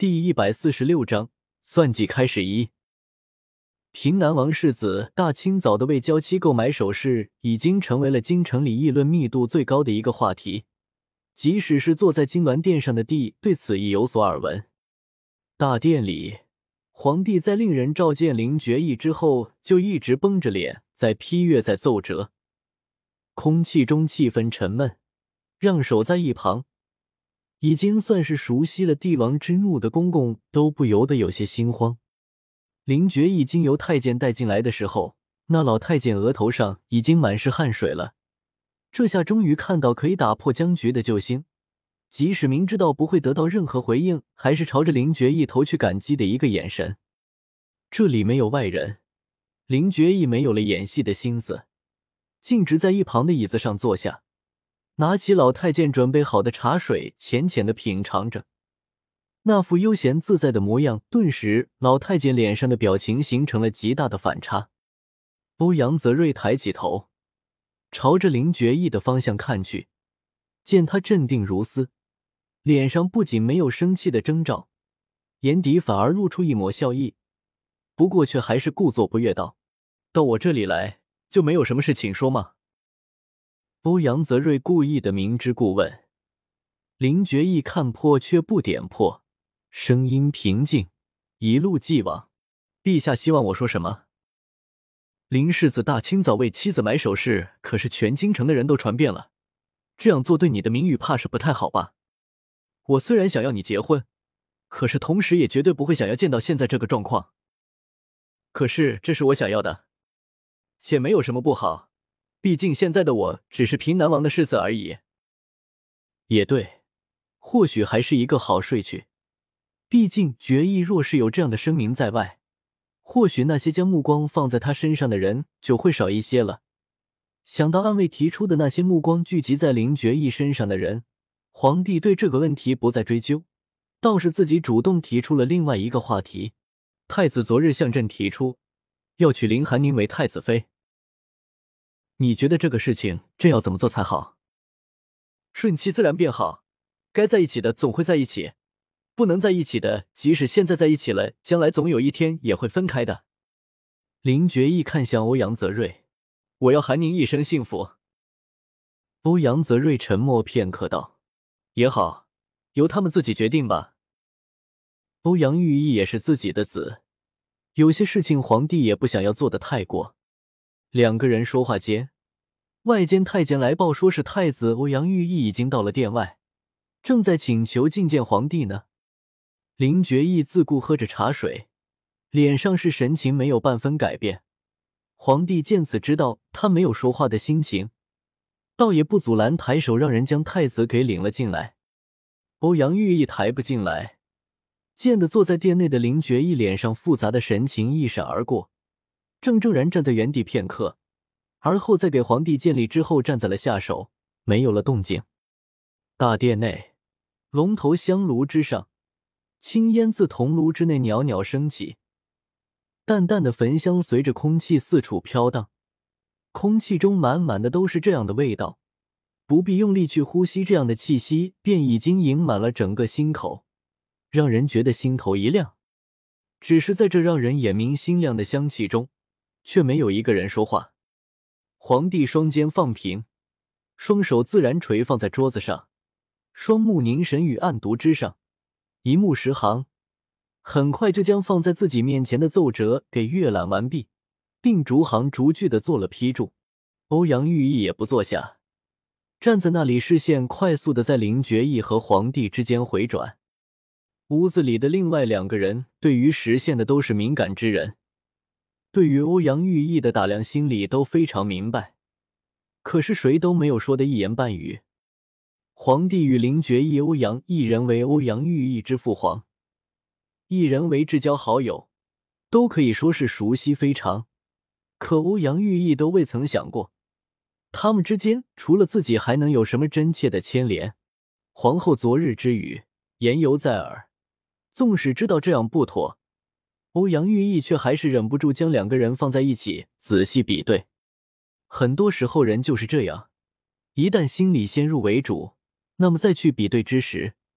第146章算计开始一。平南王世子大清早的为娇妻购买首饰，已经成为了京城里议论密度最高的一个话题。即使是坐在金銮殿上的帝对此亦有所耳闻。大殿里，皇帝在令人召见凌绝艺之后，就一直绷着脸在批阅在奏折，空气中气氛沉闷，让守在一旁已经算是熟悉了帝王之怒的公公都不由得有些心慌。凌绝艺经由太监带进来的时候，那老太监额头上已经满是汗水了。这下终于看到可以打破僵局的救星，即使明知道不会得到任何回应，还是朝着凌绝艺投去感激的一个眼神。这里没有外人，凌绝艺没有了演戏的心思，径直在一旁的椅子上坐下，拿起老太监准备好的茶水，浅浅地品尝着。那副悠闲自在的模样，顿时老太监脸上的表情形成了极大的反差。欧阳泽瑞抬起头，朝着凌绝艺的方向看去，见他镇定如斯，脸上不仅没有生气的征兆，眼底反而露出一抹笑意，不过却还是故作不悦道：“到我这里来，就没有什么事请说吗？”欧阳泽瑞故意的明知故问，凌绝艺看破却不点破，声音平静，一路既往：“陛下希望我说什么？凌世子大清早为妻子买首饰，可是全京城的人都传遍了，这样做对你的名誉怕是不太好吧？我虽然想要你结婚，可是同时也绝对不会想要见到现在这个状况。可是这是我想要的，且没有什么不好，毕竟现在的我只是平南王的世子而已。”也对，或许还是一个好睡去。毕竟决意若是有这样的声明在外，或许那些将目光放在他身上的人就会少一些了。想到暗卫提出的那些目光聚集在凌绝艺身上的人，皇帝对这个问题不再追究，倒是自己主动提出了另外一个话题：“太子昨日向朕提出要娶凌寒宁为太子妃，你觉得这个事情朕要怎么做才好？”“顺其自然便好，该在一起的总会在一起，不能在一起的，即使现在在一起了，将来总有一天也会分开的。”凌绝艺看向欧阳泽瑞：“我要寒宁一生幸福。”欧阳泽瑞沉默片刻道：“也好，由他们自己决定吧。”欧阳玉意也是自己的子，有些事情皇帝也不想要做得太过。两个人说话间，外间太监来报说是太子欧阳玉意已经到了殿外，正在请求觐见皇帝呢。凌绝艺自顾喝着茶水，脸上是神情没有半分改变。皇帝见此知道他没有说话的心情，倒也不阻拦，抬手让人将太子给领了进来。欧阳玉意抬不进来，见得坐在殿内的凌绝艺脸上复杂的神情一闪而过，怔然站在原地片刻，而后在给皇帝见礼之后站在了下手，没有了动静。大殿内，龙头香炉之上，青烟自铜炉之内袅袅升起，淡淡的焚香随着空气四处飘荡，空气中满满的都是这样的味道，不必用力去呼吸，这样的气息便已经盈满了整个心口，让人觉得心头一亮。只是在这让人眼明心亮的香气中，却没有一个人说话。皇帝双肩放平，双手自然垂放在桌子上，双目凝神于案牍之上，一目十行，很快就将放在自己面前的奏折给阅览完毕，并逐行逐句地做了批注。欧阳玉意也不坐下，站在那里，视线快速地在凌绝艺和皇帝之间回转。屋子里的另外两个人对于时限的都是敏感之人，对于欧阳玉意的打量心里都非常明白，可是谁都没有说的一言半语。皇帝与凌绝艺、欧阳一人为欧阳玉意之父皇，一人为至交好友，都可以说是熟悉非常。可欧阳玉意都未曾想过，他们之间除了自己还能有什么真切的牵连。皇后昨日之语言犹在耳，纵使知道这样不妥，欧阳玉意却还是忍不住将两个人放在一起仔细比对。很多时候人就是这样，一旦心里先入为主，那么再去比对之时，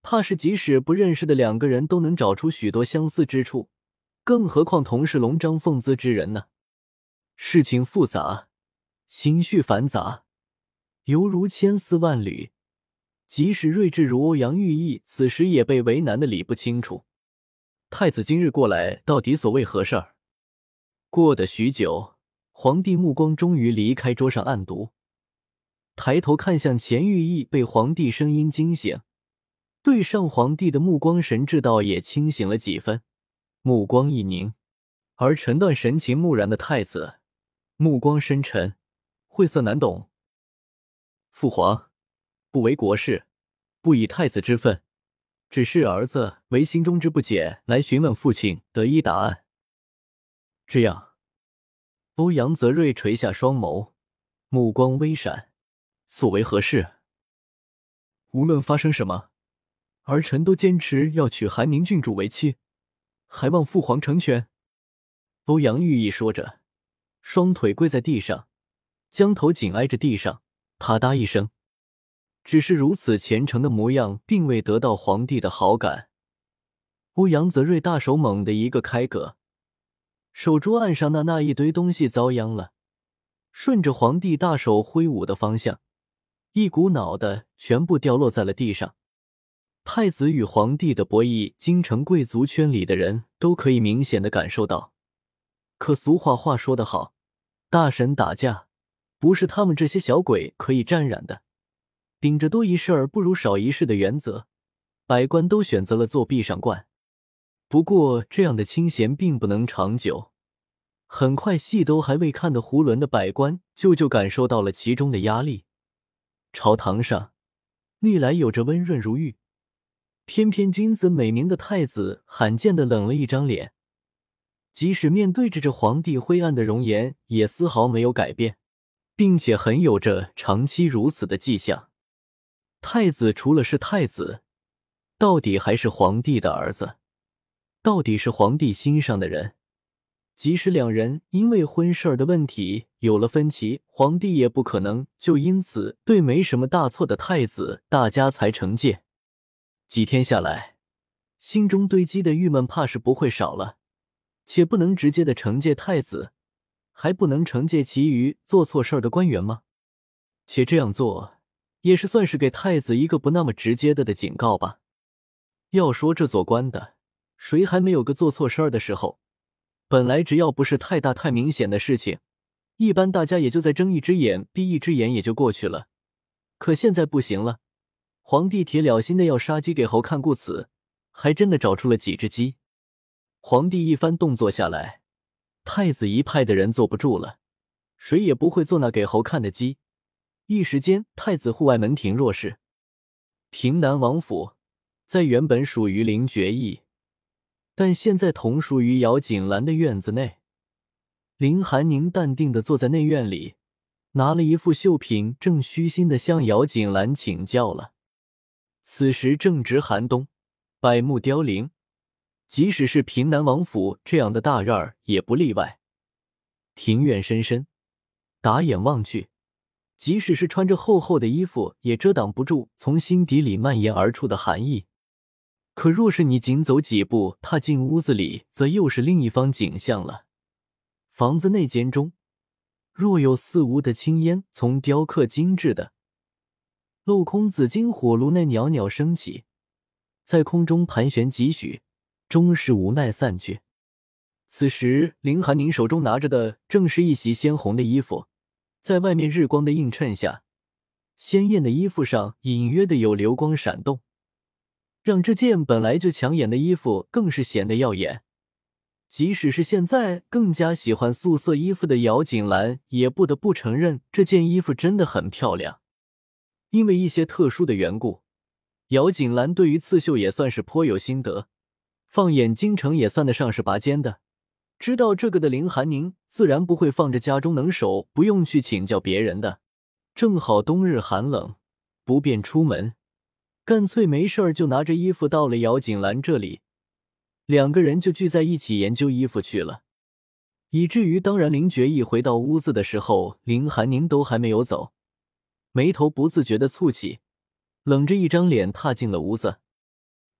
怕是即使不认识的两个人都能找出许多相似之处，更何况同是龙章凤姿之人呢？事情复杂，心绪繁杂，犹如千丝万缕。即使睿智如欧阳玉意，此时也被为难的理不清楚。太子今日过来，到底所谓何事儿？过得许久，皇帝目光终于离开桌上暗读，抬头看向钱玉意，被皇帝声音惊醒，对上皇帝的目光，神智倒也清醒了几分，目光一凝。而陈段神情木然的太子，目光深沉，晦涩难懂。父皇，不为国事，不以太子之分，只是儿子为心中之不解，来询问父亲得一答案。这样，欧阳泽瑞垂下双眸，目光微闪。所为何事？无论发生什么，儿臣都坚持要娶韩宁郡主为妻，还望父皇成全。欧阳玉意说着，双腿跪在地上，将头紧挨着地上，啪嗒一声。只是如此虔诚的模样，并未得到皇帝的好感。欧阳泽瑞大手猛地一个开个，手桌案上那一堆东西遭殃了，顺着皇帝大手挥舞的方向，一股脑的全部掉落在了地上。太子与皇帝的博弈，京城贵族圈里的人都可以明显的感受到。可俗话说得好，大神打架不是他们这些小鬼可以沾染的。秉着多一事而不如少一事的原则，百官都选择了做壁上观。不过这样的清闲并不能长久，很快戏都还未看得囫囵的百官就感受到了其中的压力。朝堂上历来有着温润如玉，偏偏君子美名的太子罕见的冷了一张脸，即使面对着这皇帝灰暗的容颜，也丝毫没有改变，并且很有着长期如此的迹象。太子除了是太子，到底还是皇帝的儿子，到底是皇帝心上的人。即使两人因为婚事的问题有了分歧，皇帝也不可能就因此对没什么大错的太子大加裁惩戒。几天下来，心中堆积的郁闷怕是不会少了，且不能直接的惩戒太子，还不能惩戒其余做错事的官员吗？且这样做也是算是给太子一个不那么直接的警告吧。要说这做官的，谁还没有个做错事的时候？本来只要不是太大太明显的事情，一般大家也就在睁一只眼闭一只眼也就过去了。可现在不行了，皇帝铁了心的要杀鸡给猴看，故此还真的找出了几只鸡。皇帝一番动作下来，太子一派的人坐不住了，谁也不会做那给猴看的鸡。一时间，太子户外门庭若市。平南王府在原本属于林觉义，但现在同属于姚锦兰的院子内。林寒宁淡定地坐在内院里，拿了一副绣品，正虚心地向姚锦兰请教了。此时正值寒冬，百木凋零，即使是平南王府这样的大院儿也不例外。庭院深深，打眼望去，即使是穿着厚厚的衣服，也遮挡不住从心底里蔓延而出的寒意。可若是你仅走几步踏进屋子里，则又是另一番景象了。房子内间中，若有似无的青烟从雕刻精致的镂空紫金火炉内袅袅升起，在空中盘旋几许，终是无奈散去。此时林寒宁手中拿着的正是一袭鲜红的衣服，在外面日光的映衬下，鲜艳的衣服上隐约的有流光闪动，让这件本来就抢眼的衣服更是显得耀眼。即使是现在更加喜欢素色衣服的姚锦兰，也不得不承认这件衣服真的很漂亮。因为一些特殊的缘故，姚锦兰对于刺绣也算是颇有心得，放眼京城也算得上是拔尖的。知道这个的林寒宁自然不会放着家中能手不用去请教别人的。正好冬日寒冷，不便出门，干脆没事儿就拿着衣服到了姚锦兰这里，两个人就聚在一起研究衣服去了。以至于当然林觉义回到屋子的时候，林寒宁都还没有走，眉头不自觉地蹙起，冷着一张脸踏进了屋子。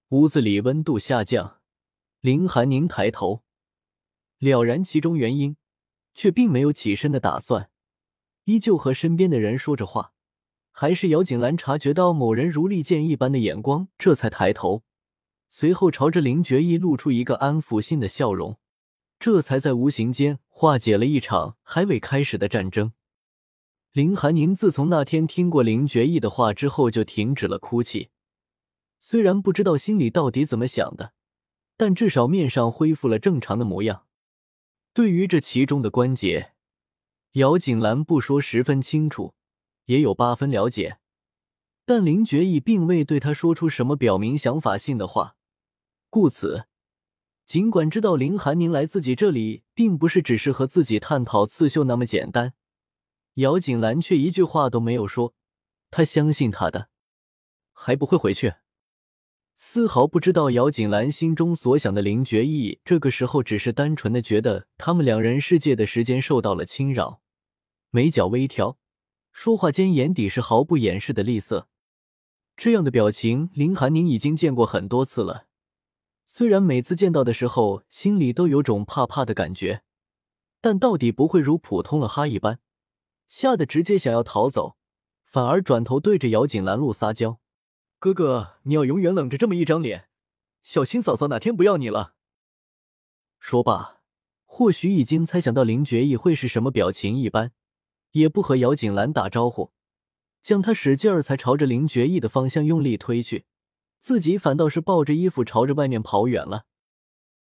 屋子里温度下降，林寒宁抬头，了然其中原因，却并没有起身的打算，依旧和身边的人说着话。还是姚景兰察觉到某人如利剑一般的眼光，这才抬头，随后朝着林觉义露出一个安抚性的笑容，这才在无形间化解了一场还未开始的战争。林寒宁自从那天听过林觉义的话之后，就停止了哭泣。虽然不知道心里到底怎么想的，但至少面上恢复了正常的模样。对于这其中的关节，姚景兰不说十分清楚，也有8分了解，但林觉义并未对他说出什么表明想法性的话，故此尽管知道林寒宁来自己这里并不是只是和自己探讨刺绣那么简单，姚景兰却一句话都没有说，他相信他的，还不会回去。丝毫不知道姚景兰心中所想的林觉义这个时候只是单纯的觉得他们两人世界的时间受到了侵扰，眉角微挑，说话间眼底是毫不掩饰的厉色。这样的表情林寒宁已经见过很多次了，虽然每次见到的时候心里都有种怕怕的感觉，但到底不会如普通了哈一般吓得直接想要逃走，反而转头对着姚景兰露撒娇，哥哥，你要永远冷着这么一张脸，小心嫂嫂哪天不要你了。说罢，或许已经猜想到林觉义会是什么表情一般，也不和姚景兰打招呼，将他使劲儿才朝着林觉义的方向用力推去，自己反倒是抱着衣服朝着外面跑远了。